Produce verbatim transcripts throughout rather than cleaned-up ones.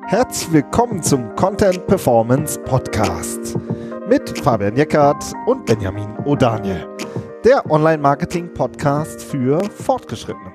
Herzlich willkommen zum Content Performance Podcast mit Fabian Jeckert und Benjamin O'Daniel, der Online-Marketing-Podcast für Fortgeschrittene.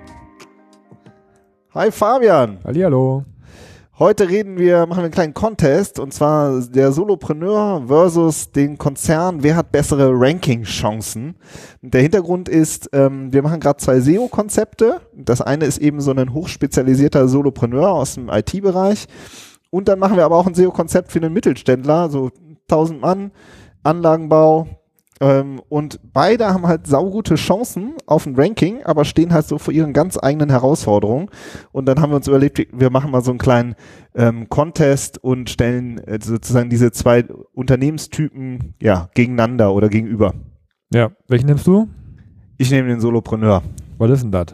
Hi Fabian. Hallihallo. Heute reden wir, machen wir einen kleinen Contest, und zwar der Solopreneur versus den Konzern. Wer hat bessere Ranking-Chancen? Der Hintergrund ist, ähm, wir machen gerade zwei S E O-Konzepte. Das eine ist eben so ein hochspezialisierter Solopreneur aus dem I T-Bereich. Und dann machen wir aber auch ein S E O-Konzept für einen Mittelständler, so tausend Mann, Anlagenbau. Ähm, und beide haben halt saugute Chancen auf ein Ranking, aber stehen halt so vor ihren ganz eigenen Herausforderungen. Und dann haben wir uns überlegt, wir machen mal so einen kleinen ähm, Contest und stellen äh, sozusagen diese zwei Unternehmenstypen ja gegeneinander oder gegenüber. Ja, welchen nimmst du? Ich nehme den Solopreneur. Was ist denn das?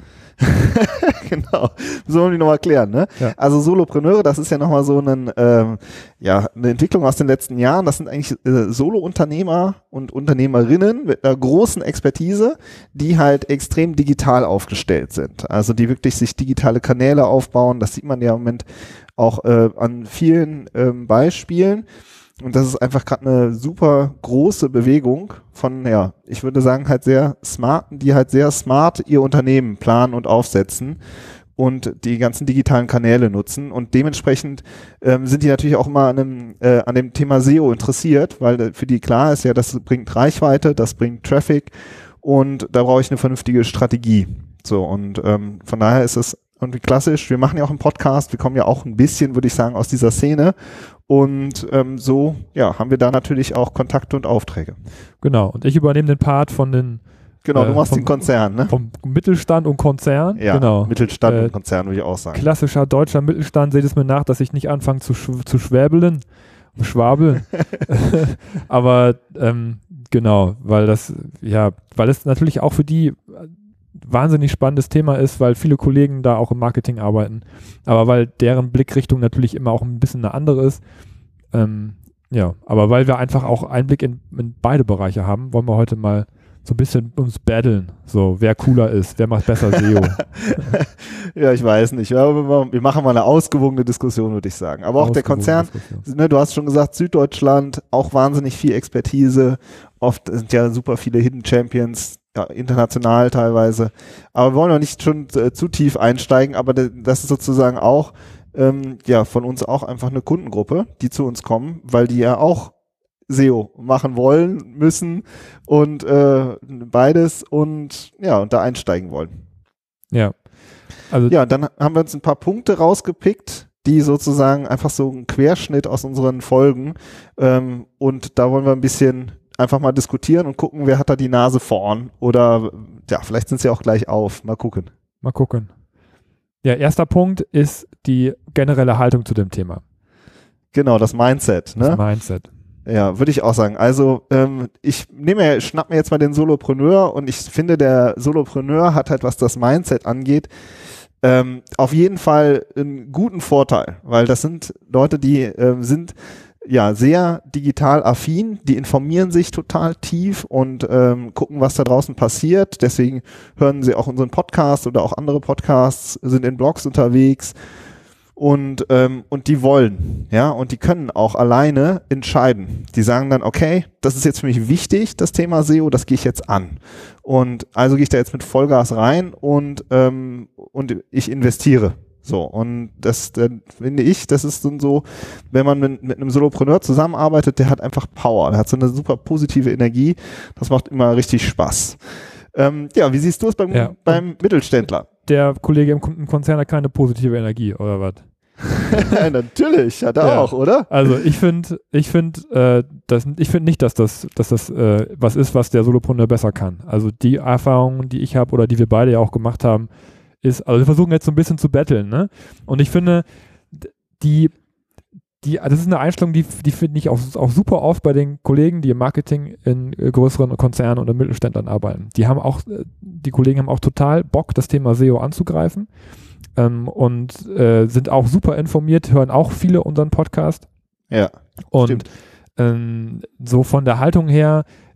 Genau, sollen wir die nochmal klären, ne? Ja. Also Solopreneure, das ist ja nochmal so ein, ähm, ja, eine Entwicklung aus den letzten Jahren. Das sind eigentlich äh, Solo-Unternehmer und Unternehmerinnen mit einer großen Expertise, die halt extrem digital aufgestellt sind. Also die wirklich sich digitale Kanäle aufbauen. Das sieht man ja im Moment auch äh, an vielen ähm, Beispielen. Und das ist einfach gerade eine super große Bewegung von, ja, ich würde sagen halt sehr smarten, die halt sehr smart ihr Unternehmen planen und aufsetzen und die ganzen digitalen Kanäle nutzen. Und dementsprechend ähm, sind die natürlich auch immer an dem, äh, an dem Thema S E O interessiert, weil für die klar ist ja, das bringt Reichweite, das bringt Traffic und da brauche ich eine vernünftige Strategie. So, und ähm, von daher ist es irgendwie klassisch. Wir machen ja auch einen Podcast, wir kommen ja auch ein bisschen, würde ich sagen, aus dieser Szene. Und ähm, so ja, haben wir da natürlich auch Kontakte und Aufträge. Genau, und ich übernehme den Part von den Genau, äh, du machst vom, den Konzern, ne? Vom Mittelstand und Konzern. Ja, genau. Mittelstand äh, und Konzern würde ich auch sagen. Klassischer deutscher Mittelstand, seht es mir nach, dass ich nicht anfange zu, sch- zu schwäbeln, schwabeln. Aber ähm, genau, weil das, ja, weil es natürlich auch für die wahnsinnig spannendes Thema ist, weil viele Kollegen da auch im Marketing arbeiten, aber weil deren Blickrichtung natürlich immer auch ein bisschen eine andere ist. Ähm, ja, aber weil wir einfach auch Einblick in, in beide Bereiche haben, wollen wir heute mal so ein bisschen uns battlen, so wer cooler ist, wer macht besser S E O. Ja, ich weiß nicht. Ja, wir machen mal eine ausgewogene Diskussion, würde ich sagen. Aber auch der Konzern, ne, du hast schon gesagt, Süddeutschland, auch wahnsinnig viel Expertise, oft sind ja super viele Hidden Champions, ja, international teilweise. Aber wir wollen noch nicht schon äh, zu tief einsteigen, aber das ist sozusagen auch ähm, ja von uns auch einfach eine Kundengruppe, die zu uns kommen, weil die ja auch S E O machen wollen, müssen und äh, beides und ja, und da einsteigen wollen. Ja. Also ja, dann haben wir uns ein paar Punkte rausgepickt, die sozusagen einfach so ein Querschnitt aus unseren Folgen ähm, und da wollen wir ein bisschen einfach mal diskutieren und gucken, wer hat da die Nase vorn oder ja, vielleicht sind sie auch gleich auf. Mal gucken. Mal gucken. Ja, erster Punkt ist die generelle Haltung zu dem Thema. Genau, das Mindset. Ne? Das Mindset. Ja, würde ich auch sagen. Also ähm, ich nehme, schnapp mir jetzt mal den Solopreneur und ich finde, der Solopreneur hat halt, was das Mindset angeht, ähm, auf jeden Fall einen guten Vorteil, weil das sind Leute, die ähm, sind ja sehr digital affin, die informieren sich total tief und ähm, gucken, was da draußen passiert. Deswegen hören sie auch unseren Podcast oder auch andere Podcasts, sind in Blogs unterwegs und ähm, und die wollen, ja, und die können auch alleine entscheiden. Die sagen dann, okay, das ist jetzt für mich wichtig, das Thema S E O, das gehe ich jetzt an. Und also gehe ich da jetzt mit Vollgas rein und ähm, und ich investiere. So, und das, das finde ich, das ist dann so, wenn man mit, mit einem Solopreneur zusammenarbeitet, der hat einfach Power, der hat so eine super positive Energie, das macht immer richtig Spaß. Ähm, ja, wie siehst du es beim, Ja. beim Mittelständler? Der Kollege im Konzern hat keine positive Energie, oder was? Natürlich, hat er Ja. auch, oder? Also ich finde, ich finde, äh, das, ich finde nicht, dass das, dass das äh, was ist, was der Solopreneur besser kann. Also die Erfahrungen, die ich habe oder die wir beide ja auch gemacht haben, ist, also wir versuchen jetzt so ein bisschen zu battlen, ne? Und ich finde, die, die, das ist eine Einstellung, die, die finde ich auch, auch super oft bei den Kollegen, die im Marketing in äh, größeren Konzernen oder Mittelständlern arbeiten. Die haben auch, äh, die Kollegen haben auch total Bock, das Thema S E O anzugreifen ähm, und äh, sind auch super informiert, hören auch viele unseren Podcast. Ja, und stimmt. ähm, so von der Haltung her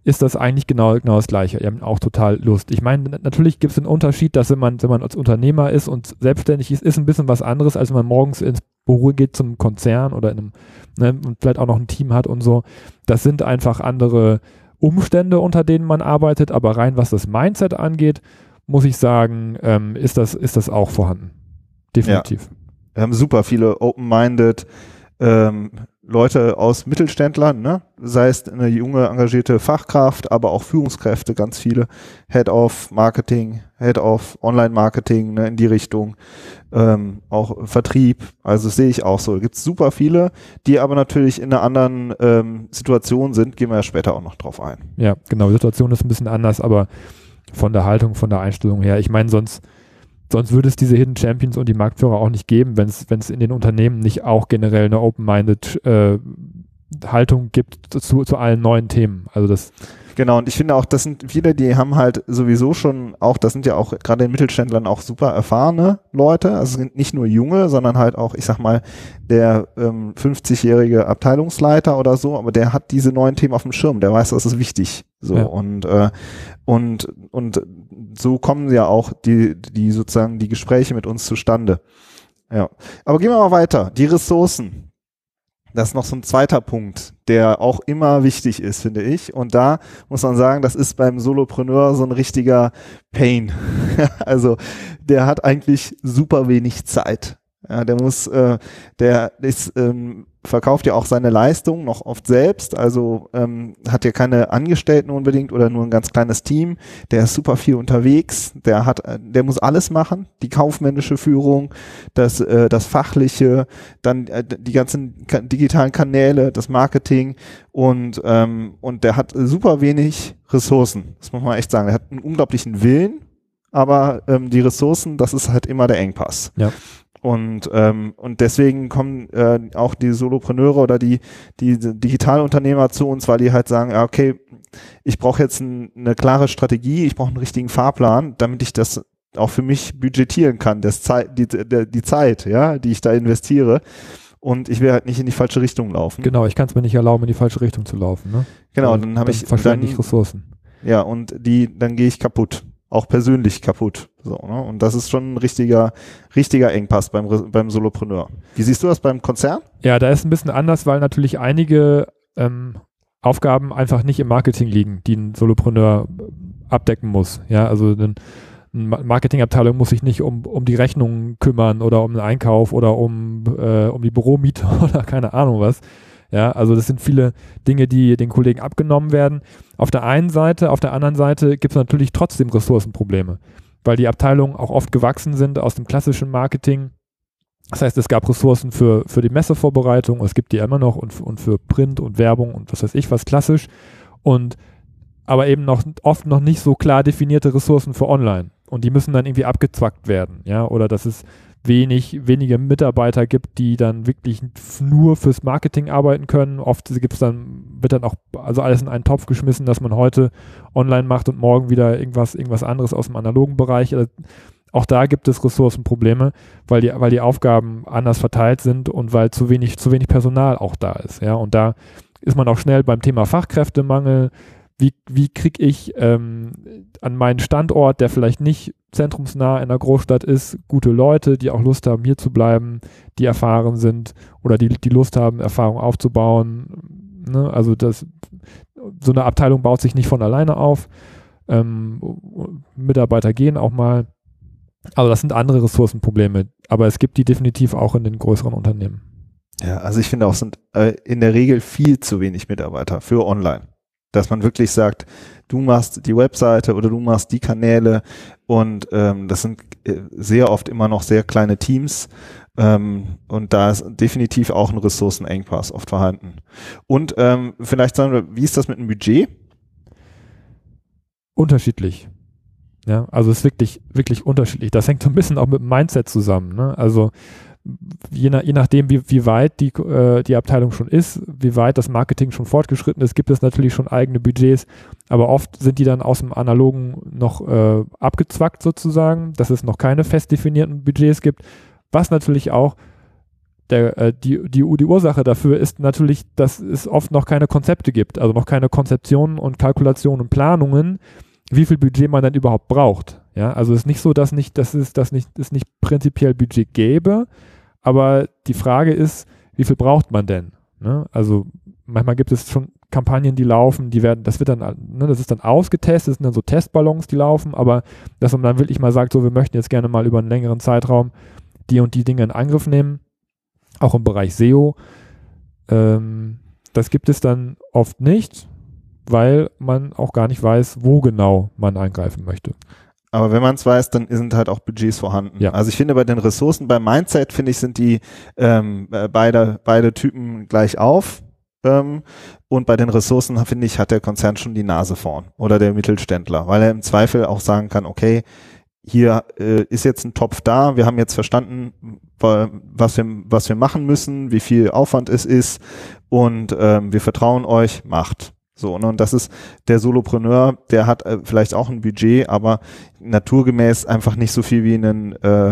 ist das eigentlich genau, genau das Gleiche. Die haben auch total Lust. Ich meine, natürlich gibt es einen Unterschied, dass wenn man, wenn man als Unternehmer ist und selbstständig ist, ist ein bisschen was anderes, als wenn man morgens ins Büro geht zum Konzern oder in einem, ne, und vielleicht auch noch ein Team hat und so. Das sind einfach andere Umstände, unter denen man arbeitet, aber rein was das Mindset angeht, muss ich sagen, ähm, ist das, ist das auch vorhanden. Definitiv. Ja. Wir haben super viele open-minded ähm, Leute aus Mittelständlern, ne? Sei es eine junge, engagierte Fachkraft, aber auch Führungskräfte, ganz viele. Head of Marketing, Head of Online-Marketing, ne, in die Richtung. Ähm, auch Vertrieb, also das sehe ich auch so. Da gibt es super viele, die aber natürlich in einer anderen ähm, Situation sind, gehen wir ja später auch noch drauf ein. Ja, genau, die Situation ist ein bisschen anders, aber von der Haltung, von der Einstellung her, ich meine, sonst Sonst würde es diese Hidden Champions und die Marktführer auch nicht geben, wenn es wenn es in den Unternehmen nicht auch generell eine open-minded äh, Haltung gibt zu, zu allen neuen Themen. Also das Genau, und ich finde auch, das sind viele, die haben halt sowieso schon auch, das sind ja auch gerade in Mittelständlern auch super erfahrene Leute, also sind nicht nur junge, sondern halt auch, ich sag mal, der ähm, fünfzigjährige Abteilungsleiter oder so, aber der hat diese neuen Themen auf dem Schirm, der weiß, das ist wichtig. So ja. und äh, und und so kommen ja auch die die sozusagen die Gespräche mit uns zustande. Ja, aber gehen wir mal weiter. Die Ressourcen. Das ist noch so ein zweiter Punkt, der auch immer wichtig ist, finde ich. Und da muss man sagen, das ist beim Solopreneur so ein richtiger Pain. Also der hat eigentlich super wenig Zeit. Ja, der muss, äh, der ist, ähm, verkauft ja auch seine Leistung noch oft selbst, also ähm, hat ja keine Angestellten unbedingt oder nur ein ganz kleines Team, der ist super viel unterwegs, der hat, der muss alles machen, die kaufmännische Führung, das, äh, das Fachliche, dann äh, die ganzen ka- digitalen Kanäle, das Marketing und, ähm, und der hat super wenig Ressourcen, das muss man echt sagen, der hat einen unglaublichen Willen, aber ähm, die Ressourcen, das ist halt immer der Engpass. Ja. Und ähm, und deswegen kommen äh, auch die Solopreneure oder die die Digitalunternehmer zu uns, weil die halt sagen, ja, okay, ich brauche jetzt ein, eine klare Strategie, ich brauche einen richtigen Fahrplan, damit ich das auch für mich budgetieren kann, das Zeit, die, die, die Zeit, ja, die ich da investiere. Und ich will halt nicht in die falsche Richtung laufen. Genau, ich kann es mir nicht erlauben, in die falsche Richtung zu laufen. Ne? Genau, dann, dann habe ich verschwende dann ich Ressourcen. Ja, und die, dann gehe ich kaputt. Auch persönlich kaputt. So, ne? Und das ist schon ein richtiger, richtiger Engpass beim, beim Solopreneur. Wie siehst du das beim Konzern? Ja, da ist ein bisschen anders, weil natürlich einige ähm, Aufgaben einfach nicht im Marketing liegen, die ein Solopreneur abdecken muss. Ja, also eine Marketingabteilung muss sich nicht um, um die Rechnungen kümmern oder um den Einkauf oder um, äh, um die Büromiete oder keine Ahnung was. Ja, also das sind viele Dinge, die den Kollegen abgenommen werden. Auf der einen Seite, auf der anderen Seite gibt es natürlich trotzdem Ressourcenprobleme, weil die Abteilungen auch oft gewachsen sind aus dem klassischen Marketing. Das heißt, es gab Ressourcen für, für die Messevorbereitung, es gibt die immer noch und, und für Print und Werbung und was weiß ich was klassisch. Und aber eben noch oft noch nicht so klar definierte Ressourcen für Online. Und die müssen dann irgendwie abgezwackt werden, ja, oder dass es wenig, wenige Mitarbeiter gibt, die dann wirklich nur fürs Marketing arbeiten können. Oft gibt's dann, wird dann auch also alles in einen Topf geschmissen, dass man heute online macht und morgen wieder irgendwas, irgendwas anderes aus dem analogen Bereich. Also auch da gibt es Ressourcenprobleme, weil die, weil die Aufgaben anders verteilt sind und weil zu wenig, zu wenig Personal auch da ist. Ja, und da ist man auch schnell beim Thema Fachkräftemangel. Wie, wie kriege ich ähm, an meinen Standort, der vielleicht nicht zentrumsnah in einer Großstadt ist, gute Leute, die auch Lust haben, hier zu bleiben, die erfahren sind oder die, die Lust haben, Erfahrung aufzubauen. Ne? Also das, so eine Abteilung baut sich nicht von alleine auf. Ähm, Mitarbeiter gehen auch mal. Also das sind andere Ressourcenprobleme, aber es gibt die definitiv auch in den größeren Unternehmen. Ja, also ich finde auch, es sind äh, in der Regel viel zu wenig Mitarbeiter für online. Dass man wirklich sagt, du machst die Webseite oder du machst die Kanäle und ähm, das sind äh, sehr oft immer noch sehr kleine Teams ähm, und da ist definitiv auch ein Ressourcenengpass oft vorhanden. Und ähm, vielleicht sagen wir, wie ist das mit dem Budget? Unterschiedlich. Ja, also es ist wirklich, wirklich unterschiedlich. Das hängt so ein bisschen auch mit dem Mindset zusammen. Ne? Also Je, nach, je nachdem, wie, wie weit die, äh, die Abteilung schon ist, wie weit das Marketing schon fortgeschritten ist, gibt es natürlich schon eigene Budgets, aber oft sind die dann aus dem Analogen noch äh, abgezwackt sozusagen, dass es noch keine fest definierten Budgets gibt, was natürlich auch der, äh, die, die, die Ursache dafür ist natürlich, dass es oft noch keine Konzepte gibt, also noch keine Konzeptionen und Kalkulationen und Planungen, wie viel Budget man dann überhaupt braucht. Ja, also es ist nicht so, dass nicht, dass es, dass nicht, es nicht prinzipiell Budget gäbe, aber die Frage ist, wie viel braucht man denn? Ne? Also manchmal gibt es schon Kampagnen, die laufen, die werden, das wird dann, ne, das ist dann ausgetestet, das sind dann so Testballons, die laufen, aber dass man dann wirklich mal sagt, so, wir möchten jetzt gerne mal über einen längeren Zeitraum die und die Dinge in Angriff nehmen, auch im Bereich S E O, ähm, das gibt es dann oft nicht, weil man auch gar nicht weiß, wo genau man eingreifen möchte. Aber wenn man es weiß, dann sind halt auch Budgets vorhanden. Ja. Also ich finde bei den Ressourcen, beim Mindset, finde ich, sind die ähm, beide, beide Typen gleich auf. Ähm, und bei den Ressourcen, finde ich, hat der Konzern schon die Nase vorn oder der Mittelständler, weil er im Zweifel auch sagen kann, okay, hier äh, ist jetzt ein Topf da, wir haben jetzt verstanden, was wir, was wir machen müssen, wie viel Aufwand es ist und ähm, wir vertrauen euch, macht. So, ne? Und das ist der Solopreneur, der hat äh, vielleicht auch ein Budget, aber naturgemäß einfach nicht so viel wie ein äh,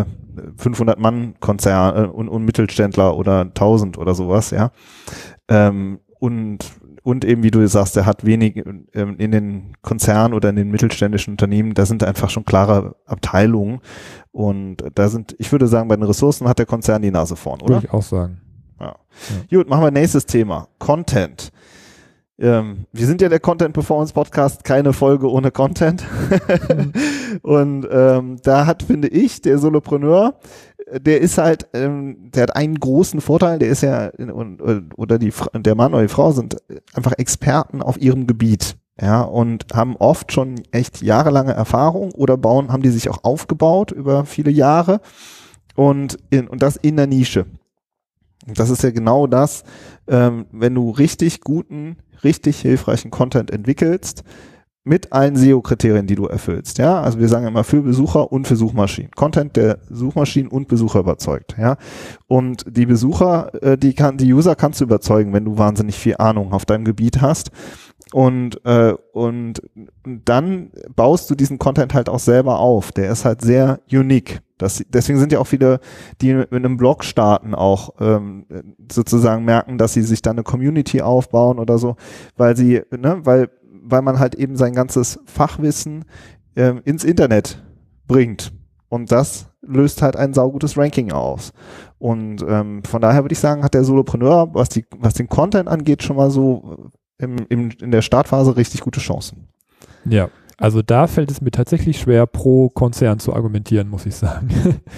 fünfhundert-Mann-Konzern äh, und, und Mittelständler oder tausend oder sowas, ja. Ähm, und, und eben, wie du sagst, der hat wenig ähm, in den Konzernen oder in den mittelständischen Unternehmen, da sind einfach schon klare Abteilungen und da sind, ich würde sagen, bei den Ressourcen hat der Konzern die Nase vorn, oder? Würde ich auch sagen. Ja. Ja. Gut, machen wir nächstes Thema. Content. Ähm, wir sind ja der Content Performance Podcast, keine Folge ohne Content. Mhm. Und ähm, da hat, finde ich, der Solopreneur, der ist halt, ähm, der hat einen großen Vorteil, der ist ja, oder die, der Mann oder die Frau sind einfach Experten auf ihrem Gebiet, ja, und haben oft schon echt jahrelange Erfahrung oder bauen, haben die sich auch aufgebaut über viele Jahre und in, und das in der Nische. Und das ist ja genau das, ähm, wenn du richtig guten, richtig hilfreichen Content entwickelst, mit allen S E O-Kriterien, die du erfüllst, ja, also wir sagen immer für Besucher und für Suchmaschinen. Content, der Suchmaschinen und Besucher überzeugt, ja, und die Besucher, äh, die kann, die User kannst du überzeugen, wenn du wahnsinnig viel Ahnung auf deinem Gebiet hast und äh, und dann baust du diesen Content halt auch selber auf, der ist halt sehr unique. Das, deswegen sind ja auch viele, die mit einem Blog starten, auch ähm, sozusagen merken, dass sie sich dann eine Community aufbauen oder so, weil sie, ne, weil weil man halt eben sein ganzes Fachwissen ähm, ins Internet bringt. Und das löst halt ein saugutes Ranking aus. Und ähm, von daher würde ich sagen, hat der Solopreneur, was die, was den Content angeht, schon mal so im, im, in der Startphase richtig gute Chancen. Ja, also da fällt es mir tatsächlich schwer, pro Konzern zu argumentieren, muss ich sagen.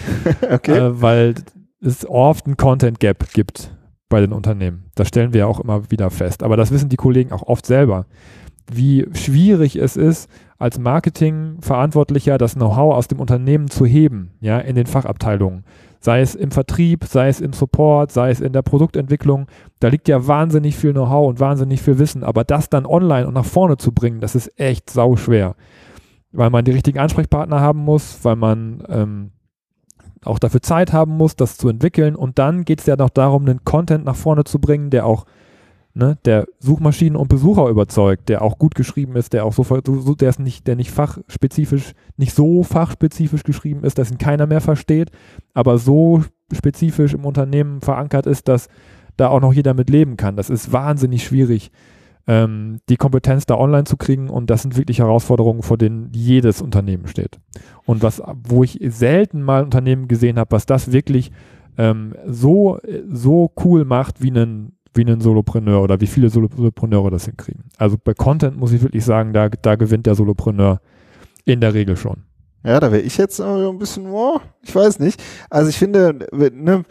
Okay. Äh, weil es oft ein Content Gap gibt bei den Unternehmen. Das stellen wir ja auch immer wieder fest. Aber das wissen die Kollegen auch oft selber, wie schwierig es ist, als Marketingverantwortlicher das Know-how aus dem Unternehmen zu heben, ja, in den Fachabteilungen. Sei es im Vertrieb, sei es im Support, sei es in der Produktentwicklung. Da liegt ja wahnsinnig viel Know-how und wahnsinnig viel Wissen. Aber das dann online und nach vorne zu bringen, das ist echt sauschwer. Weil man die richtigen Ansprechpartner haben muss, weil man ähm, auch dafür Zeit haben muss, das zu entwickeln. Und dann geht es ja noch darum, einen Content nach vorne zu bringen, der auch Ne, der Suchmaschinen und Besucher überzeugt, der auch gut geschrieben ist, der auch so, so der ist nicht, der nicht fachspezifisch, nicht so fachspezifisch geschrieben ist, dass ihn keiner mehr versteht, aber so spezifisch im Unternehmen verankert ist, dass da auch noch jeder mit leben kann. Das ist wahnsinnig schwierig, ähm, die Kompetenz da online zu kriegen, und das sind wirklich Herausforderungen, vor denen jedes Unternehmen steht. Und was, wo ich selten mal Unternehmen gesehen habe, was das wirklich ähm, so, so cool macht, wie einen wie ein Solopreneur oder wie viele Solopreneure das hinkriegen. Also bei Content muss ich wirklich sagen, da, da gewinnt der Solopreneur in der Regel schon. Ja, da wäre ich jetzt ein bisschen, oh, ich weiß nicht. Also ich finde, ne,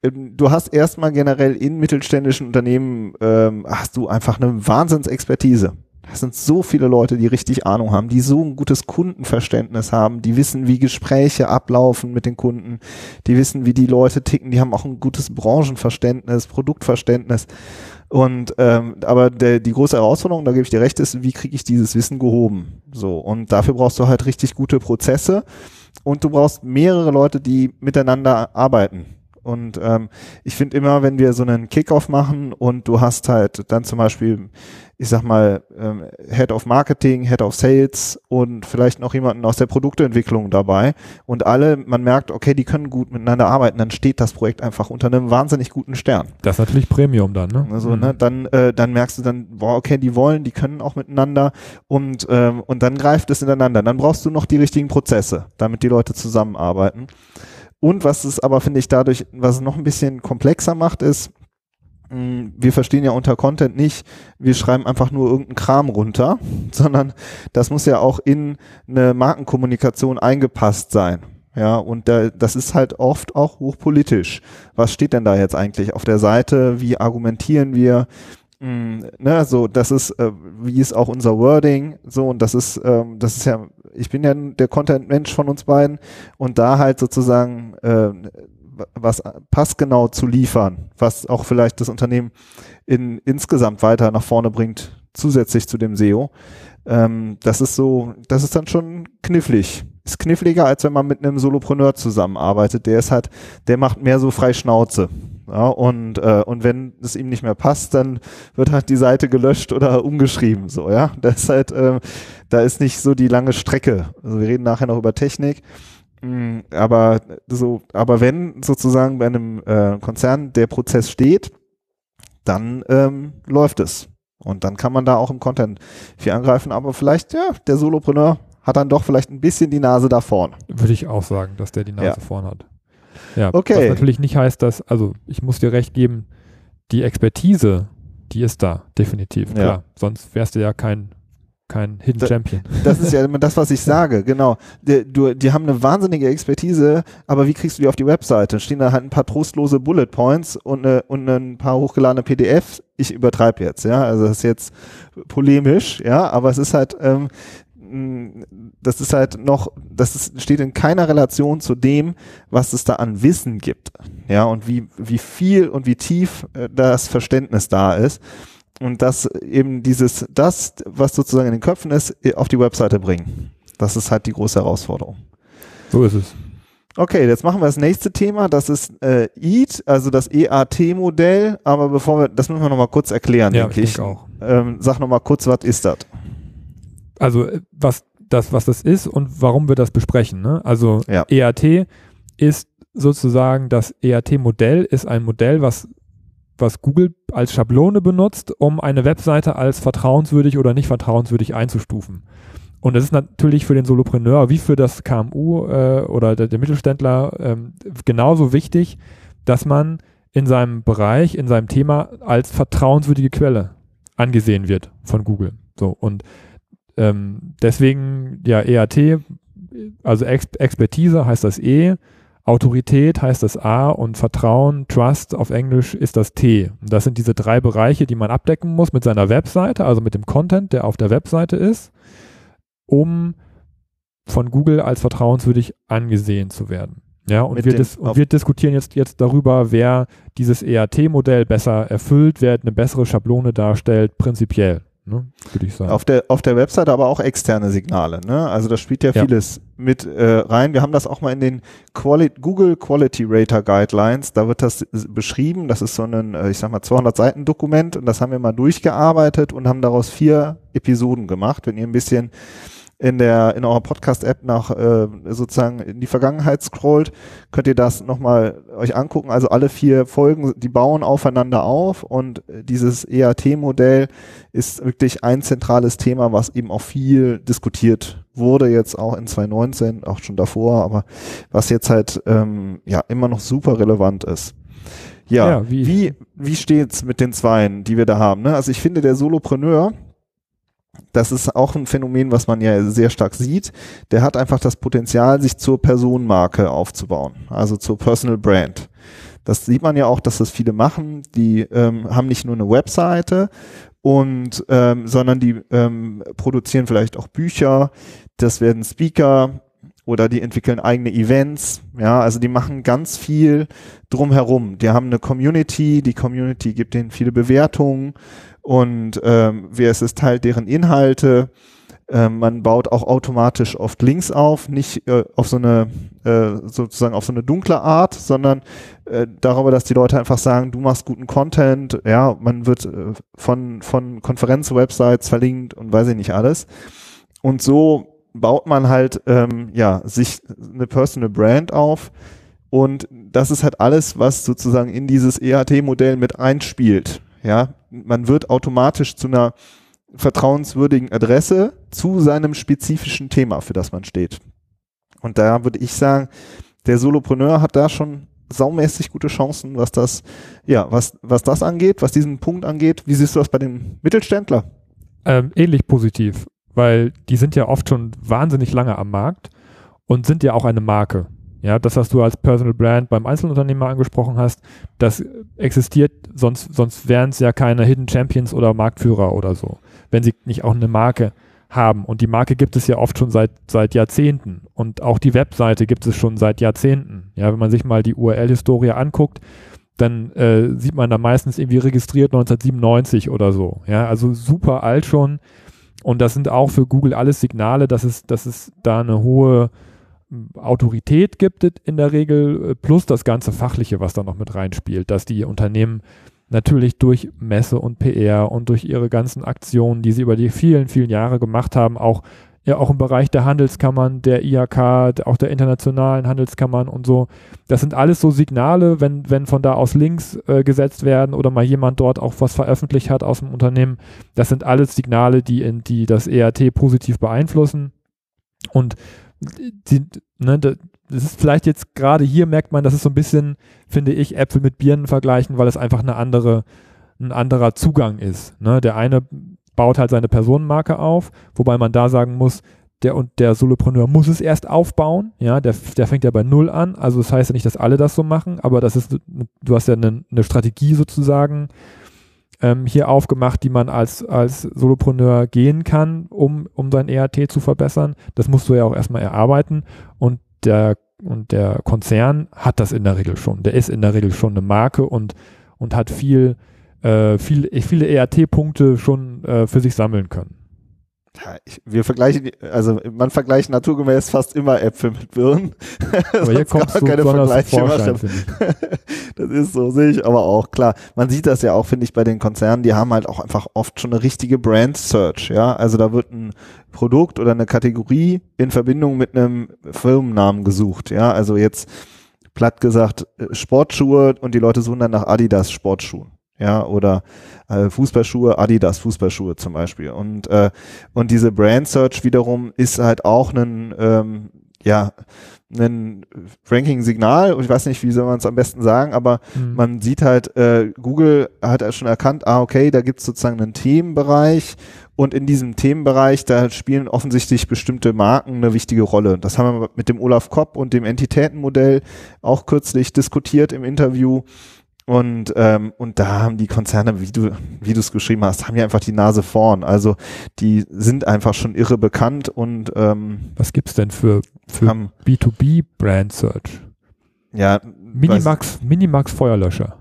du hast erstmal generell in mittelständischen Unternehmen, ähm, hast du einfach eine Wahnsinnsexpertise. Das sind so viele Leute, die richtig Ahnung haben, die so ein gutes Kundenverständnis haben, die wissen, wie Gespräche ablaufen mit den Kunden, die wissen, wie die Leute ticken, die haben auch ein gutes Branchenverständnis, Produktverständnis. Und ähm, aber der, die große Herausforderung, da gebe ich dir recht, ist, wie kriege ich dieses Wissen gehoben? So, und dafür brauchst du halt richtig gute Prozesse und du brauchst mehrere Leute, die miteinander arbeiten. Und ähm, ich finde immer, wenn wir so einen Kickoff machen und du hast halt dann zum Beispiel, ich sag mal, ähm, Head of Marketing, Head of Sales und vielleicht noch jemanden aus der Produktentwicklung dabei und alle, man merkt, okay, die können gut miteinander arbeiten, dann steht das Projekt einfach unter einem wahnsinnig guten Stern. Das ist natürlich Premium dann, ne? Also, mhm. ne, dann, äh, dann merkst du dann, boah, okay, die wollen, die können auch miteinander und, ähm, und dann greift es ineinander. Dann brauchst du noch die richtigen Prozesse, damit die Leute zusammenarbeiten. Und was es aber, finde ich, dadurch, was es noch ein bisschen komplexer macht, ist, wir verstehen ja unter Content nicht, wir schreiben einfach nur irgendeinen Kram runter, sondern das muss ja auch in eine Markenkommunikation eingepasst sein. Ja, und da, das ist halt oft auch hochpolitisch. Was steht denn da jetzt eigentlich auf der Seite? Wie argumentieren wir? Mm, ne, so, das ist, äh, wie ist auch unser Wording? So, und das ist, ähm, das ist ja, ich bin ja der Content-Mensch von uns beiden und da halt sozusagen äh, was passgenau zu liefern, was auch vielleicht das Unternehmen in, insgesamt weiter nach vorne bringt, zusätzlich zu dem S E O. Ähm, das ist so, das ist dann schon knifflig. Ist kniffliger, als wenn man mit einem Solopreneur zusammenarbeitet. Der ist halt, der macht mehr so frei Schnauze. Ja, und, äh, und wenn es ihm nicht mehr passt, dann wird halt die Seite gelöscht oder umgeschrieben, so, ja. Das ist halt, äh, da ist nicht so die lange Strecke. Also wir reden nachher noch über Technik. Aber so, aber wenn sozusagen bei einem äh, Konzern der Prozess steht, dann ähm, läuft es. Und dann kann man da auch im Content viel angreifen. Aber vielleicht, ja, der Solopreneur hat dann doch vielleicht ein bisschen die Nase da vorne. Würde ich auch sagen, dass der die Nase ja. vorn hat. Ja, okay. Was natürlich nicht heißt, dass, also ich muss dir recht geben, die Expertise, die ist da, definitiv. Ja. Klar, sonst wärst du ja kein kein Hidden da, Champion. Das ist ja immer das, was ich sage, genau. Die, du, die haben eine wahnsinnige Expertise, aber wie kriegst du die auf die Webseite? Stehen da halt ein paar trostlose Bullet Points und, eine, und ein paar hochgeladene P D Fs. Ich übertreibe jetzt, ja, also das ist jetzt polemisch, ja, aber es ist halt, ähm, das ist halt noch, das ist, steht in keiner Relation zu dem, was es da an Wissen gibt, ja, und wie, wie viel und wie tief äh, das Verständnis da ist. Und das eben dieses, das, was sozusagen in den Köpfen ist, auf die Webseite bringen. Das ist halt die große Herausforderung. So ist es. Okay, jetzt machen wir das nächste Thema. Das ist äh, E A T, also das E A T-Modell. Aber bevor wir, das müssen wir nochmal kurz erklären, ja, denke ich. ich auch. Ähm, sag nochmal kurz, was ist das? Also was das, was das ist und warum wir das besprechen. Ne? Also ja. E A T ist sozusagen, das E A T-Modell ist ein Modell, was was Google als Schablone benutzt, um eine Webseite als vertrauenswürdig oder nicht vertrauenswürdig einzustufen. Und es ist natürlich für den Solopreneur wie für das K M U äh, oder der, der Mittelständler ähm, genauso wichtig, dass man in seinem Bereich, in seinem Thema als vertrauenswürdige Quelle angesehen wird von Google. So, und ähm, deswegen, ja, E A T, also Ex- Expertise heißt das E, Autorität heißt das A und Vertrauen, Trust auf Englisch ist das T. Und das sind diese drei Bereiche, die man abdecken muss mit seiner Webseite, also mit dem Content, der auf der Webseite ist, um von Google als vertrauenswürdig angesehen zu werden. Ja, und wir, dis- und wir diskutieren jetzt, jetzt darüber, wer dieses E A T-Modell besser erfüllt, wer eine bessere Schablone darstellt, prinzipiell. Ne, würde ich sagen. Auf der, auf der Webseite aber auch externe Signale, ne? Also das spielt ja, ja. vieles mit äh, rein. Wir haben das auch mal in den Quali- Google Quality Rater Guidelines, da wird das beschrieben. Das ist so ein, ich sag mal, zweihundert Seiten Dokument und das haben wir mal durchgearbeitet und haben daraus vier Episoden gemacht. Wenn ihr ein bisschen in der in eurer Podcast-App nach äh, sozusagen in die Vergangenheit scrollt, könnt ihr das nochmal euch angucken. Also alle vier Folgen, die bauen aufeinander auf und dieses E A T-Modell ist wirklich ein zentrales Thema, was eben auch viel diskutiert wurde, jetzt auch in zwanzig neunzehn, auch schon davor, aber was jetzt halt ähm, ja immer noch super relevant ist. Ja, ja wie, wie, wie steht's mit den Zweien, die wir da haben? Ne? Also ich finde, der Solopreneur, das ist auch ein Phänomen, was man ja sehr stark sieht. Der hat einfach das Potenzial, sich zur Personenmarke aufzubauen, also zur Personal Brand. Das sieht man ja auch, dass das viele machen. Die ähm, haben nicht nur eine Webseite, und ähm, sondern die ähm, produzieren vielleicht auch Bücher. Das werden Speaker oder die entwickeln eigene Events. Ja, also die machen ganz viel drumherum. Die haben eine Community. Die Community gibt denen viele Bewertungen. Und ähm, wer es ist, teilt deren Inhalte. äh, man baut auch automatisch oft Links auf, nicht äh, auf so eine äh, sozusagen auf so eine dunkle Art, sondern äh, darüber, dass die Leute einfach sagen, du machst guten Content, ja, man wird äh, von von Konferenz-Websites verlinkt und weiß ich nicht alles. Und so baut man halt ähm, ja sich eine Personal Brand auf. Und das ist halt alles, was sozusagen in dieses E A T-Modell mit einspielt. Ja, man wird automatisch zu einer vertrauenswürdigen Adresse zu seinem spezifischen Thema, für das man steht. Und da würde ich sagen, der Solopreneur hat da schon saumäßig gute Chancen, was das, ja, was, was das angeht, was diesen Punkt angeht. Wie siehst du das bei dem Mittelständler? Ähm, ähnlich positiv, weil die sind ja oft schon wahnsinnig lange am Markt und sind ja auch eine Marke. Ja, das, was du als Personal Brand beim Einzelunternehmer angesprochen hast, das existiert, sonst, sonst wären es ja keine Hidden Champions oder Marktführer oder so, wenn sie nicht auch eine Marke haben. Und die Marke gibt es ja oft schon seit, seit Jahrzehnten. Und auch die Webseite gibt es schon seit Jahrzehnten. Ja, wenn man sich mal die U R L-Historie anguckt, dann äh, sieht man da meistens irgendwie registriert neunzehnhundertsiebenundneunzig oder so. Ja, also super alt schon. Und das sind auch für Google alles Signale, dass es, dass es da eine hohe Autorität gibt es in der Regel, plus das ganze Fachliche, was da noch mit reinspielt, dass die Unternehmen natürlich durch Messe und P R und durch ihre ganzen Aktionen, die sie über die vielen, vielen Jahre gemacht haben, auch, ja, auch im Bereich der Handelskammern, der I H K, auch der internationalen Handelskammern und so, das sind alles so Signale, wenn, wenn von da aus Links äh, gesetzt werden oder mal jemand dort auch was veröffentlicht hat aus dem Unternehmen, das sind alles Signale, die, in, die das E A T positiv beeinflussen. Und Die, ne, das ist vielleicht jetzt gerade hier, merkt man, das ist so ein bisschen, finde ich, Äpfel mit Birnen vergleichen, weil es einfach eine andere, ein anderer Zugang ist. Ne? Der eine baut halt seine Personenmarke auf, wobei man da sagen muss, der und der Solopreneur muss es erst aufbauen, ja, der, der fängt ja bei Null an, also das heißt ja nicht, dass alle das so machen, aber das ist, du hast ja eine, eine Strategie sozusagen Ähm, hier aufgemacht, die man als, als Solopreneur gehen kann, um, um sein E A T zu verbessern. Das musst du ja auch erstmal erarbeiten und der, und der Konzern hat das in der Regel schon. Der ist in der Regel schon eine Marke und, und hat viel, äh, viel, viele E A T-Punkte schon äh, für sich sammeln können. Ja, ich, wir vergleichen, also man vergleicht naturgemäß fast immer Äpfel mit Birnen. Aber hier kommst du keine Vergleiche Vorschein, Das ist so, sehe ich aber auch, klar. Man sieht das ja auch, finde ich, bei den Konzernen, die haben halt auch einfach oft schon eine richtige Brand Search, ja. Also da wird ein Produkt oder eine Kategorie in Verbindung mit einem Firmennamen gesucht, ja. Also jetzt platt gesagt Sportschuhe und die Leute suchen dann nach Adidas Sportschuhen. Ja, oder äh, Fußballschuhe, Adidas Fußballschuhe zum Beispiel. Und äh, und diese Brand Search wiederum ist halt auch ein ähm, ja ein Ranking-Signal. Ich weiß nicht, wie soll man es am besten sagen, aber mhm. man sieht halt, äh, Google hat halt schon erkannt, ah okay, da gibt es sozusagen einen Themenbereich und in diesem Themenbereich, da spielen offensichtlich bestimmte Marken eine wichtige Rolle. Das haben wir mit dem Olaf Kopp und dem Entitätenmodell auch kürzlich diskutiert im Interview. Und ähm, und da haben die Konzerne, wie du wie du es geschrieben hast, haben ja einfach die Nase vorn. Also die sind einfach schon irre bekannt und ähm, was gibt's denn für, für haben, B zwei B Brand Search? Ja, Minimax Minimax Feuerlöscher.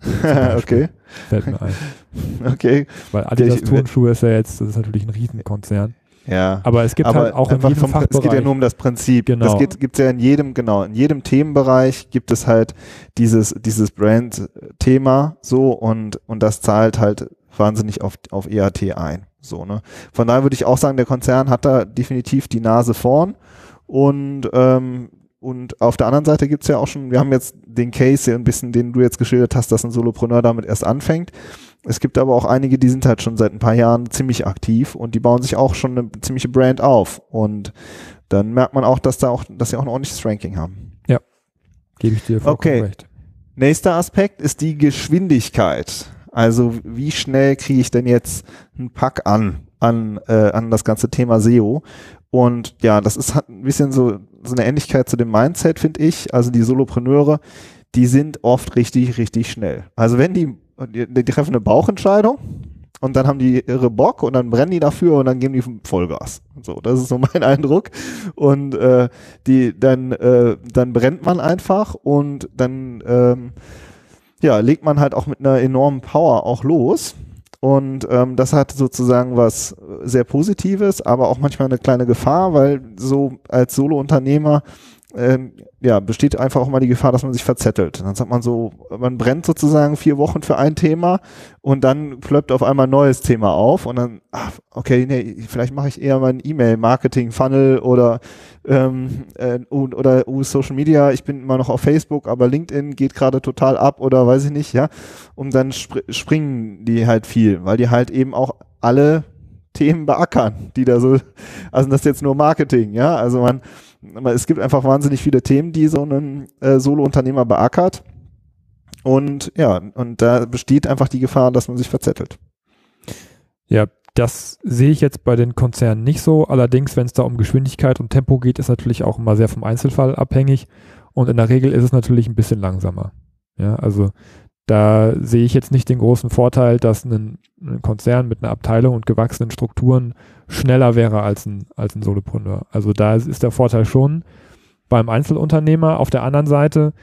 Okay. Fällt mir ein. Okay. Weil Adidas Turnschuhe ist ja jetzt, das ist natürlich ein Riesenkonzern. Ja, aber es gibt aber halt auch in jedem vom, Fachbereich. Es geht ja nur um das Prinzip. Genau. Das gibt es ja in jedem, genau, in jedem Themenbereich gibt es halt dieses, dieses Brand-Thema so und, und das zahlt halt wahnsinnig auf, auf E A T ein. So, ne? Von daher würde ich auch sagen, der Konzern hat da definitiv die Nase vorn und, ähm, und auf der anderen Seite gibt's ja auch schon, wir haben jetzt den Case ja ein bisschen, den du jetzt geschildert hast, dass ein Solopreneur damit erst anfängt. Es gibt aber auch einige, die sind halt schon seit ein paar Jahren ziemlich aktiv und die bauen sich auch schon eine ziemliche Brand auf. Und dann merkt man auch, dass da auch, dass sie auch ein ordentliches Ranking haben. Ja, gebe ich dir vollkommen okay. recht. Nächster Aspekt ist die Geschwindigkeit. Also wie schnell kriege ich denn jetzt einen Pack an, an, äh, an das ganze Thema S E O? Und ja, das ist hat ein bisschen so, so eine Ähnlichkeit zu dem Mindset, finde ich. Also die Solopreneure, die sind oft richtig, richtig schnell. Also wenn die Die, die treffen eine Bauchentscheidung und dann haben die ihre Bock und dann brennen die dafür und dann geben die Vollgas. So, das ist so mein Eindruck. Und äh, die dann äh, dann brennt man einfach und dann ähm, ja legt man halt auch mit einer enormen Power auch los. Und ähm, das hat sozusagen was sehr Positives, aber auch manchmal eine kleine Gefahr, weil so als Solo-Unternehmer ähm, ja, besteht einfach auch mal die Gefahr, dass man sich verzettelt. Dann sagt man so, man brennt sozusagen vier Wochen für ein Thema und dann plöppt auf einmal ein neues Thema auf und dann, ach, okay, nee, vielleicht mache ich eher meinen E-Mail-Marketing-Funnel oder ähm, äh, oder uh, Social Media, ich bin immer noch auf Facebook, aber LinkedIn geht gerade total ab oder weiß ich nicht, ja. Und dann spr- springen die halt viel, weil die halt eben auch alle Themen beackern, die da so, also das ist jetzt nur Marketing, ja, also man es gibt einfach wahnsinnig viele Themen, die so ein äh, Solo-Unternehmer beackert. Und ja, und da besteht einfach die Gefahr, dass man sich verzettelt. Ja, das sehe ich jetzt bei den Konzernen nicht so. Allerdings, wenn es da um Geschwindigkeit und Tempo geht, ist natürlich auch immer sehr vom Einzelfall abhängig. Und in der Regel ist es natürlich ein bisschen langsamer. Ja, also da sehe ich jetzt nicht den großen Vorteil, dass ein, ein Konzern mit einer Abteilung und gewachsenen Strukturen schneller wäre als ein, als ein Solopreneur. Also da ist der Vorteil schon beim Einzelunternehmer. Auf der anderen Seite,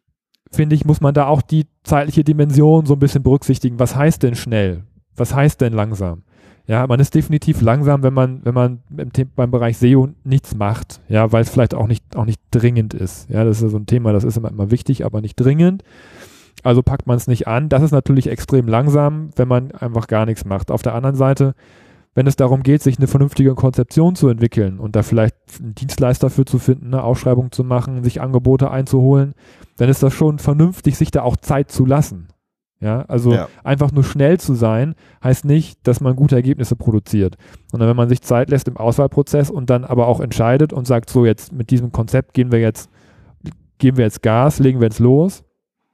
finde ich, muss man da auch die zeitliche Dimension so ein bisschen berücksichtigen. Was heißt denn schnell? Was heißt denn langsam? Ja, man ist definitiv langsam, wenn man, wenn man im The- beim Bereich S E O nichts macht, ja, weil es vielleicht auch nicht, auch nicht dringend ist. Ja, das ist so ein Thema, das ist immer, immer wichtig, aber nicht dringend. Also packt man es nicht an. Das ist natürlich extrem langsam, wenn man einfach gar nichts macht. Auf der anderen Seite, wenn es darum geht, sich eine vernünftige Konzeption zu entwickeln und da vielleicht einen Dienstleister für zu finden, eine Ausschreibung zu machen, sich Angebote einzuholen, dann ist das schon vernünftig, sich da auch Zeit zu lassen. Ja, also Ja. einfach nur schnell zu sein, heißt nicht, dass man gute Ergebnisse produziert. Sondern wenn man sich Zeit lässt im Auswahlprozess und dann aber auch entscheidet und sagt, so jetzt mit diesem Konzept gehen wir jetzt, geben wir jetzt Gas, legen wir jetzt los.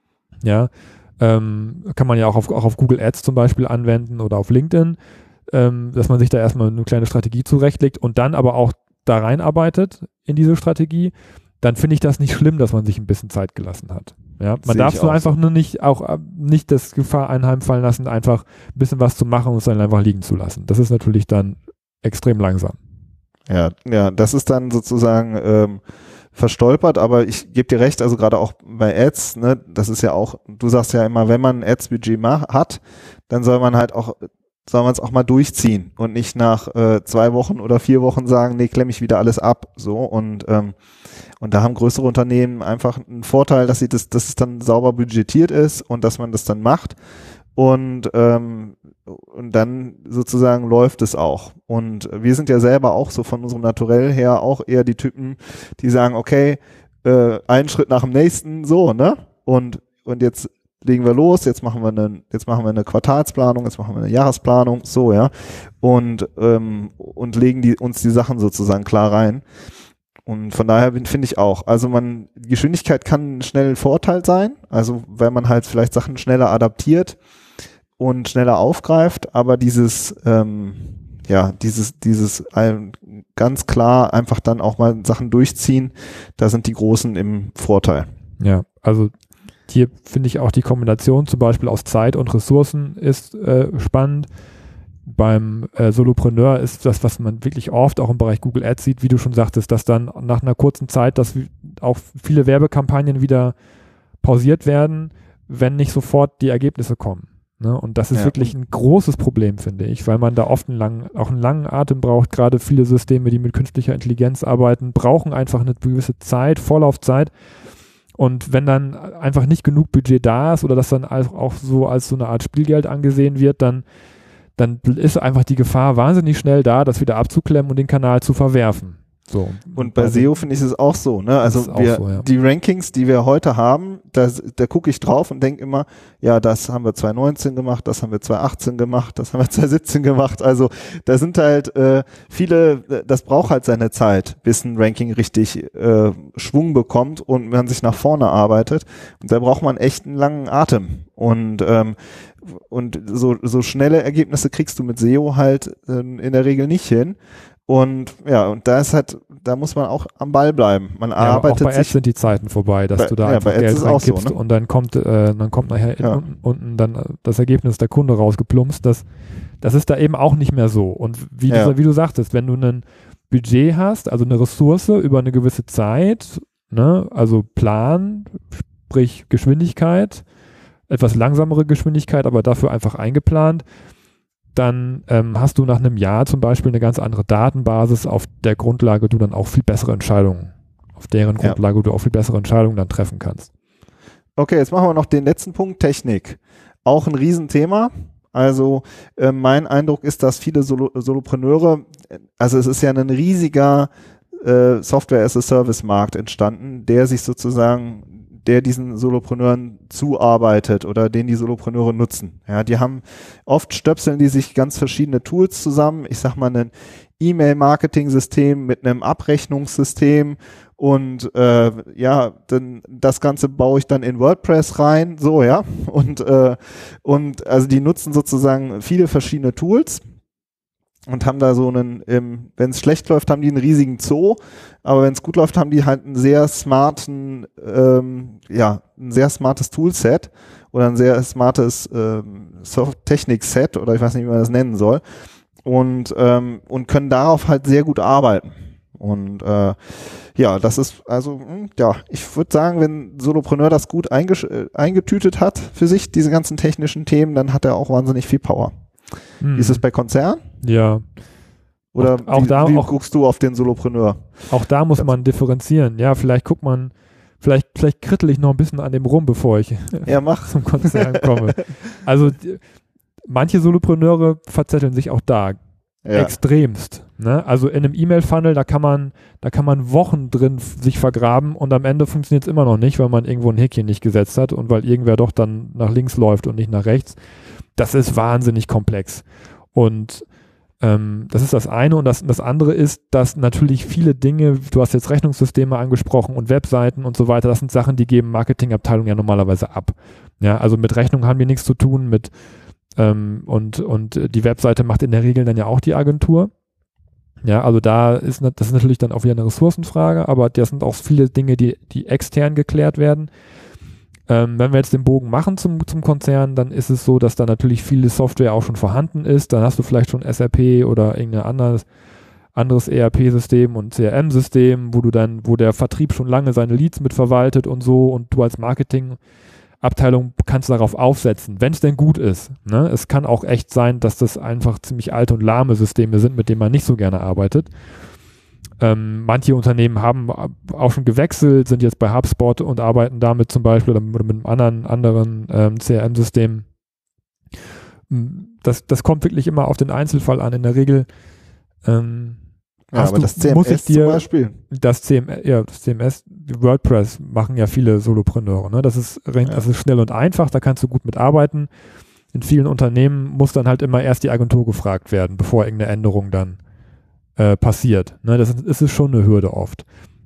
Ja, ähm, kann man ja auch auf, auch auf Google Ads zum Beispiel anwenden oder auf LinkedIn, ähm, dass man sich da erstmal eine kleine Strategie zurechtlegt und dann aber auch da reinarbeitet in diese Strategie, dann finde ich das nicht schlimm, dass man sich ein bisschen Zeit gelassen hat. Ja, man Sehe darf ich so auch einfach so. nur nicht auch äh, nicht das Gefahr einheimfallen lassen, einfach ein bisschen was zu machen und es dann einfach liegen zu lassen. Das ist natürlich dann extrem langsam. Ja, ja, das ist dann sozusagen ähm, verstolpert, aber ich gebe dir recht, also gerade auch bei Ads, ne, das ist ja auch, du sagst ja immer, wenn man ein Ads-Budget ma- hat, dann soll man halt auch, soll man es auch mal durchziehen und nicht nach äh, zwei Wochen oder vier Wochen sagen, nee, klemme ich wieder alles ab, so und ähm, und da haben größere Unternehmen einfach einen Vorteil, dass sie das, dass es dann sauber budgetiert ist und dass man das dann macht und ähm, und dann sozusagen läuft es auch. Und wir sind ja selber auch so von unserem Naturell her auch eher die Typen, die sagen, okay, äh, einen Schritt nach dem nächsten, so, ne? Und, und jetzt legen wir los, jetzt machen wir eine, jetzt machen wir eine Quartalsplanung, jetzt machen wir eine Jahresplanung, so, ja. Und, ähm, und legen die, uns die Sachen sozusagen klar rein. Und von daher finde ich auch, also man, Geschwindigkeit kann schnell ein Vorteil sein, also weil man halt vielleicht Sachen schneller adaptiert und schneller aufgreift, aber dieses, ähm, ja, dieses, dieses ähm, ganz klar einfach dann auch mal Sachen durchziehen, da sind die Großen im Vorteil. Ja, also hier finde ich auch die Kombination zum Beispiel aus Zeit und Ressourcen ist äh, spannend. Beim äh, Solopreneur ist das, was man wirklich oft auch im Bereich Google Ads sieht, wie du schon sagtest, dass dann nach einer kurzen Zeit, dass auch viele Werbekampagnen wieder pausiert werden, wenn nicht sofort die Ergebnisse kommen. Ne? Und das ist Ja. wirklich ein großes Problem, finde ich, weil man da oft einen langen, auch einen langen Atem braucht. Gerade viele Systeme, die mit künstlicher Intelligenz arbeiten, brauchen einfach eine gewisse Zeit, Vorlaufzeit. Und wenn dann einfach nicht genug Budget da ist oder das dann auch so als so eine Art Spielgeld angesehen wird, dann, dann ist einfach die Gefahr wahnsinnig schnell da, das wieder abzuklemmen und den Kanal zu verwerfen. So. Und bei S E O finde ich es auch so, ne? Also ist auch wir, so, ja. die Rankings, die wir heute haben, das, da gucke ich drauf und denke immer, ja, das haben wir zwanzig neunzehn gemacht, das haben wir zwanzig achtzehn gemacht, das haben wir zwanzig siebzehn gemacht. Also da sind halt äh, viele, das braucht halt seine Zeit, bis ein Ranking richtig äh, Schwung bekommt und man sich nach vorne arbeitet. Und da braucht man echt einen langen Atem. Und ähm, und so, so schnelle Ergebnisse kriegst du mit S E O halt äh, in der Regel nicht hin. Und ja, und da ist halt, da muss man auch am Ball bleiben. Man Ja, arbeitet aber auch bei Ads sich. sind die Zeiten vorbei, dass Bei- du da ja, einfach bei Ads Geld ist auch so, reingibst ne? und dann kommt, äh, dann kommt nachher Ja. unten, unten dann äh, das Ergebnis der Kunde rausgeplumpst. Das, das ist da eben auch nicht mehr so. Und wie, Ja. du, wie du sagtest, wenn du ein Budget hast, also eine Ressource über eine gewisse Zeit, ne, also Plan, sprich Geschwindigkeit, etwas langsamere Geschwindigkeit, aber dafür einfach eingeplant, dann ähm, hast du nach einem Jahr zum Beispiel eine ganz andere Datenbasis, auf der Grundlage du dann auch viel bessere Entscheidungen, auf deren Grundlage ja. du auch viel bessere Entscheidungen dann treffen kannst. Okay, jetzt machen wir noch den letzten Punkt, Technik. Auch ein Riesenthema. Also äh, mein Eindruck ist, dass viele Solo Solopreneure, also es ist ja ein riesiger äh, Software-as-a-Service-Markt entstanden, der sich sozusagen, der diesen Solopreneuren zuarbeitet oder den die Solopreneure nutzen. Ja, die haben oft stöpseln die sich ganz verschiedene Tools zusammen. Ich sag mal ein E-Mail-Marketing-System mit einem Abrechnungssystem und äh, ja, dann das Ganze baue ich dann in WordPress rein, so ja und äh, und also die nutzen sozusagen viele verschiedene Tools und haben da so einen, ähm, wenn es schlecht läuft, haben die einen riesigen Zoo, aber wenn es gut läuft, haben die halt einen sehr smarten, ähm, ja, ein sehr smartes Toolset oder ein sehr smartes ähm, Technik-Set oder ich weiß nicht, wie man das nennen soll und ähm, und können darauf halt sehr gut arbeiten. Und äh, ja, das ist also, ja, ich würde sagen, wenn Solopreneur das gut einge- eingetütet hat für sich, diese ganzen technischen Themen, dann hat er auch wahnsinnig viel Power. Hm. Wie ist es bei Konzernen? Ja. Oder auch, auch wie, da, wie auch, guckst du auf den Solopreneur? Auch da muss man differenzieren. Ja, vielleicht guckt man, vielleicht, vielleicht krittel ich noch ein bisschen an dem rum, bevor ich ja, mach. zum Konzern komme. Also die, manche Solopreneure verzetteln sich auch da. Ja. Extremst. Ne? Also in einem E-Mail-Funnel, da kann man, da kann man Wochen drin sich vergraben und am Ende funktioniert es immer noch nicht, weil man irgendwo ein Häkchen nicht gesetzt hat und weil irgendwer doch dann nach links läuft und nicht nach rechts. Das ist wahnsinnig komplex. Und ähm, das ist das eine. Und das, das andere ist, dass natürlich viele Dinge, du hast jetzt Rechnungssysteme angesprochen und Webseiten und so weiter, das sind Sachen, die geben Marketingabteilungen ja normalerweise ab. Ja, also mit Rechnung haben die nichts zu tun, mit Ähm, und, und die Webseite macht in der Regel dann ja auch die Agentur. Ja, also da ist, das ist natürlich dann auch wieder eine Ressourcenfrage, aber das sind auch viele Dinge, die, die extern geklärt werden. Ähm, wenn wir jetzt den Bogen machen zum, zum Konzern, dann ist es so, dass da natürlich viele Software auch schon vorhanden ist. Dann hast du vielleicht schon S A P oder irgendein anderes, anderes E R P-System und C R M-System, wo du dann, wo der Vertrieb schon lange seine Leads mitverwaltet und so und du als Marketing Abteilung kannst du darauf aufsetzen, wenn es denn gut ist. Ne? Es kann auch echt sein, dass das einfach ziemlich alte und lahme Systeme sind, mit denen man nicht so gerne arbeitet. Ähm, manche Unternehmen haben auch schon gewechselt, sind jetzt bei HubSpot und arbeiten damit zum Beispiel oder mit einem anderen, anderen ähm, C R M-System. Das, das kommt wirklich immer auf den Einzelfall an. In der Regel ähm, ja, aber du, das C M S dir, zum Beispiel. Das C M S, ja, das C M S, WordPress machen ja viele Solopreneure. Ne? Das ist, das ja. ist schnell und einfach, da kannst du gut mitarbeiten. In vielen Unternehmen muss dann halt immer erst die Agentur gefragt werden, bevor irgendeine Änderung dann äh, passiert. Ne? Das ist, ist schon eine Hürde oft.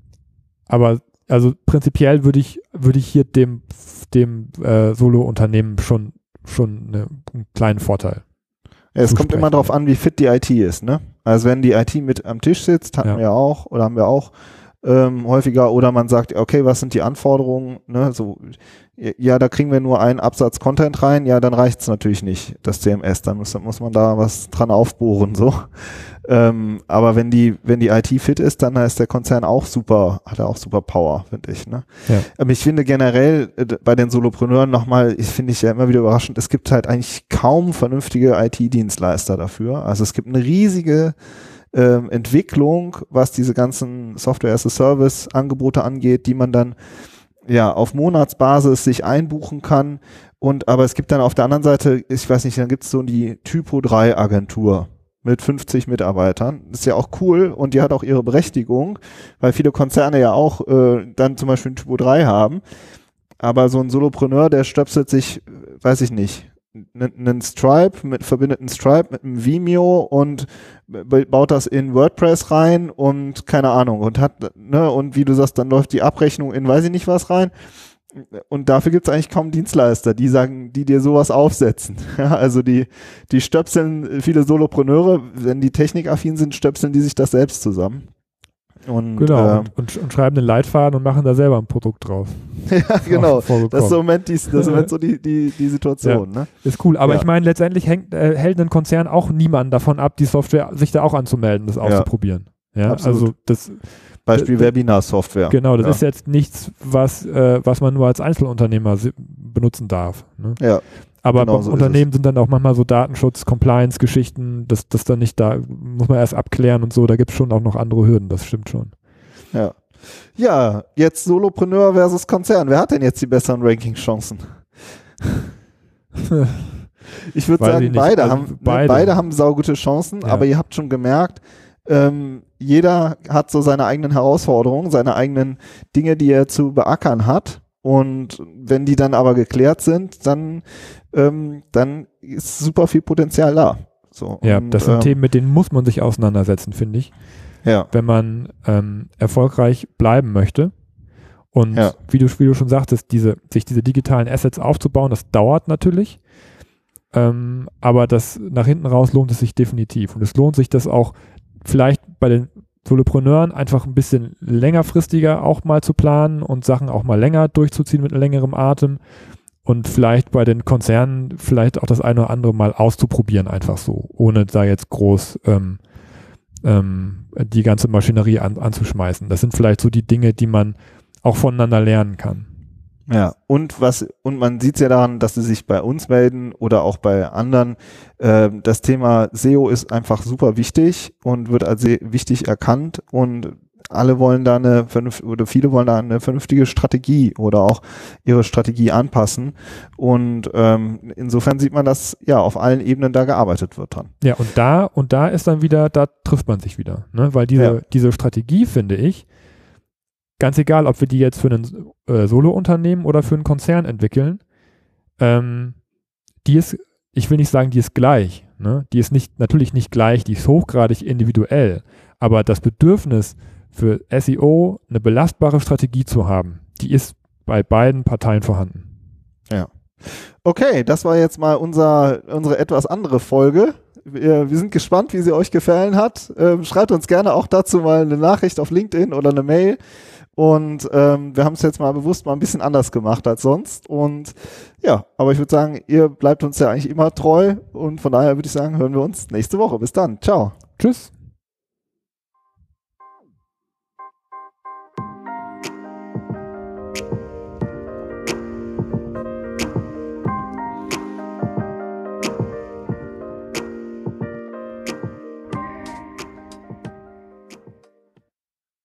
Aber also prinzipiell würde ich, würde ich hier dem, dem äh, Solo-Unternehmen schon, schon eine, einen kleinen Vorteil. Ja, es kommt immer darauf an, wie fit die I T ist, ne? Also wenn die I T mit am Tisch sitzt, hatten ja. wir auch oder haben wir auch ähm, häufiger, oder man sagt, okay, was sind die Anforderungen, ne? So, ja, da kriegen wir nur einen Absatz Content rein, ja, dann reicht's natürlich nicht, das C M S, dann muss, muss man da was dran aufbohren, so. Ähm, aber wenn die, wenn die I T fit ist, dann ist der Konzern auch super, hat er auch super Power, finde ich, ne? Ja. Aber ich finde generell äh, bei den Solopreneuren nochmal, ich finde ich ja immer wieder überraschend, es gibt halt eigentlich kaum vernünftige I T-Dienstleister dafür. Also es gibt eine riesige ähm, Entwicklung, was diese ganzen Software-as-a-Service-Angebote angeht, die man dann ja auf Monatsbasis sich einbuchen kann. Und aber es gibt dann auf der anderen Seite, ich weiß nicht, dann gibt es so die Typo drei Agentur mit fünfzig Mitarbeitern. Das ist ja auch cool und die hat auch ihre Berechtigung, weil viele Konzerne ja auch äh, dann zum Beispiel ein Typo drei haben. Aber so ein Solopreneur, der stöpselt sich, weiß ich nicht, einen Stripe, mit, verbindet einen Stripe mit einem Vimeo und baut das in WordPress rein und keine Ahnung und hat, ne, und wie du sagst, dann läuft die Abrechnung in weiß ich nicht was rein. Und dafür gibt es eigentlich kaum Dienstleister, die sagen, die dir sowas aufsetzen. Ja, also die, die stöpseln, viele Solopreneure, wenn die technikaffin sind, stöpseln die sich das selbst zusammen. Und, genau, äh, und, und, und schreiben den Leitfaden und machen da selber ein Produkt drauf. Ja, genau. Das ist im Moment, die, das ist im Moment so die, die, die Situation. Ja, ne? Ist cool, aber ja. ich meine, letztendlich hängt, äh, hält ein Konzern auch niemanden davon ab, die Software sich da auch anzumelden, das auszuprobieren. Ja, ja also das Beispiel Webinar-Software. Genau, das ja. ist jetzt nichts, was, äh, was man nur als Einzelunternehmer benutzen darf. Ne? Ja. Aber Genau beim so ist Unternehmen es. sind dann auch manchmal so Datenschutz, Compliance-Geschichten, das, das dann nicht da, muss man erst abklären und so, da gibt es schon auch noch andere Hürden, das stimmt schon. Ja. Ja, jetzt Solopreneur versus Konzern. Wer hat denn jetzt die besseren Ranking-Chancen? Ich würde Weiß ich sagen, nicht. beide, Also haben, ne, beide. beide haben saugute Chancen, Ja. aber ihr habt schon gemerkt, ähm, jeder hat so seine eigenen Herausforderungen, seine eigenen Dinge, die er zu beackern hat. Und wenn die dann aber geklärt sind, dann, ähm, dann ist super viel Potenzial da. So, Ja, und, das sind ähm, Themen, mit denen muss man sich auseinandersetzen, finde ich, Ja, wenn man ähm, erfolgreich bleiben möchte. Und Ja. wie du, wie du schon sagtest, diese, sich diese digitalen Assets aufzubauen, das dauert natürlich. Ähm, aber das nach hinten raus lohnt es sich definitiv. Und es lohnt sich, das auch vielleicht bei den Solopreneuren einfach ein bisschen längerfristiger auch mal zu planen und Sachen auch mal länger durchzuziehen mit längerem Atem und vielleicht bei den Konzernen vielleicht auch das eine oder andere mal auszuprobieren, einfach so, ohne da jetzt groß ähm, ähm, die ganze Maschinerie an, anzuschmeißen. Das sind vielleicht so die Dinge, die man auch voneinander lernen kann. Ja, und was, und man sieht es ja daran, dass sie sich bei uns melden oder auch bei anderen. Ähm, das Thema S E O ist einfach super wichtig und wird als sehr wichtig erkannt und alle wollen da eine vernünftige, oder viele wollen da eine vernünftige Strategie oder auch ihre Strategie anpassen. Und ähm, insofern sieht man, dass ja auf allen Ebenen da gearbeitet wird dran. Ja, und da, und da ist dann wieder, da trifft man sich wieder, ne? Weil diese, Ja. diese Strategie, finde ich, ganz egal, ob wir die jetzt für ein äh, Solo-Unternehmen oder für einen Konzern entwickeln, ähm, die ist, ich will nicht sagen, die ist gleich, ne? Die ist nicht, natürlich nicht gleich, die ist hochgradig individuell, aber das Bedürfnis für S E O eine belastbare Strategie zu haben, die ist bei beiden Parteien vorhanden. Ja. Okay, das war jetzt mal unser, unsere etwas andere Folge. Wir, wir sind gespannt, wie sie euch gefallen hat. Ähm, schreibt uns gerne auch dazu mal eine Nachricht auf LinkedIn oder eine Mail. Und ähm, wir haben es jetzt mal bewusst mal ein bisschen anders gemacht als sonst. Und ja, aber ich würde sagen, ihr bleibt uns ja eigentlich immer treu. Und von daher würde ich sagen, hören wir uns nächste Woche. Bis dann. Ciao. Tschüss.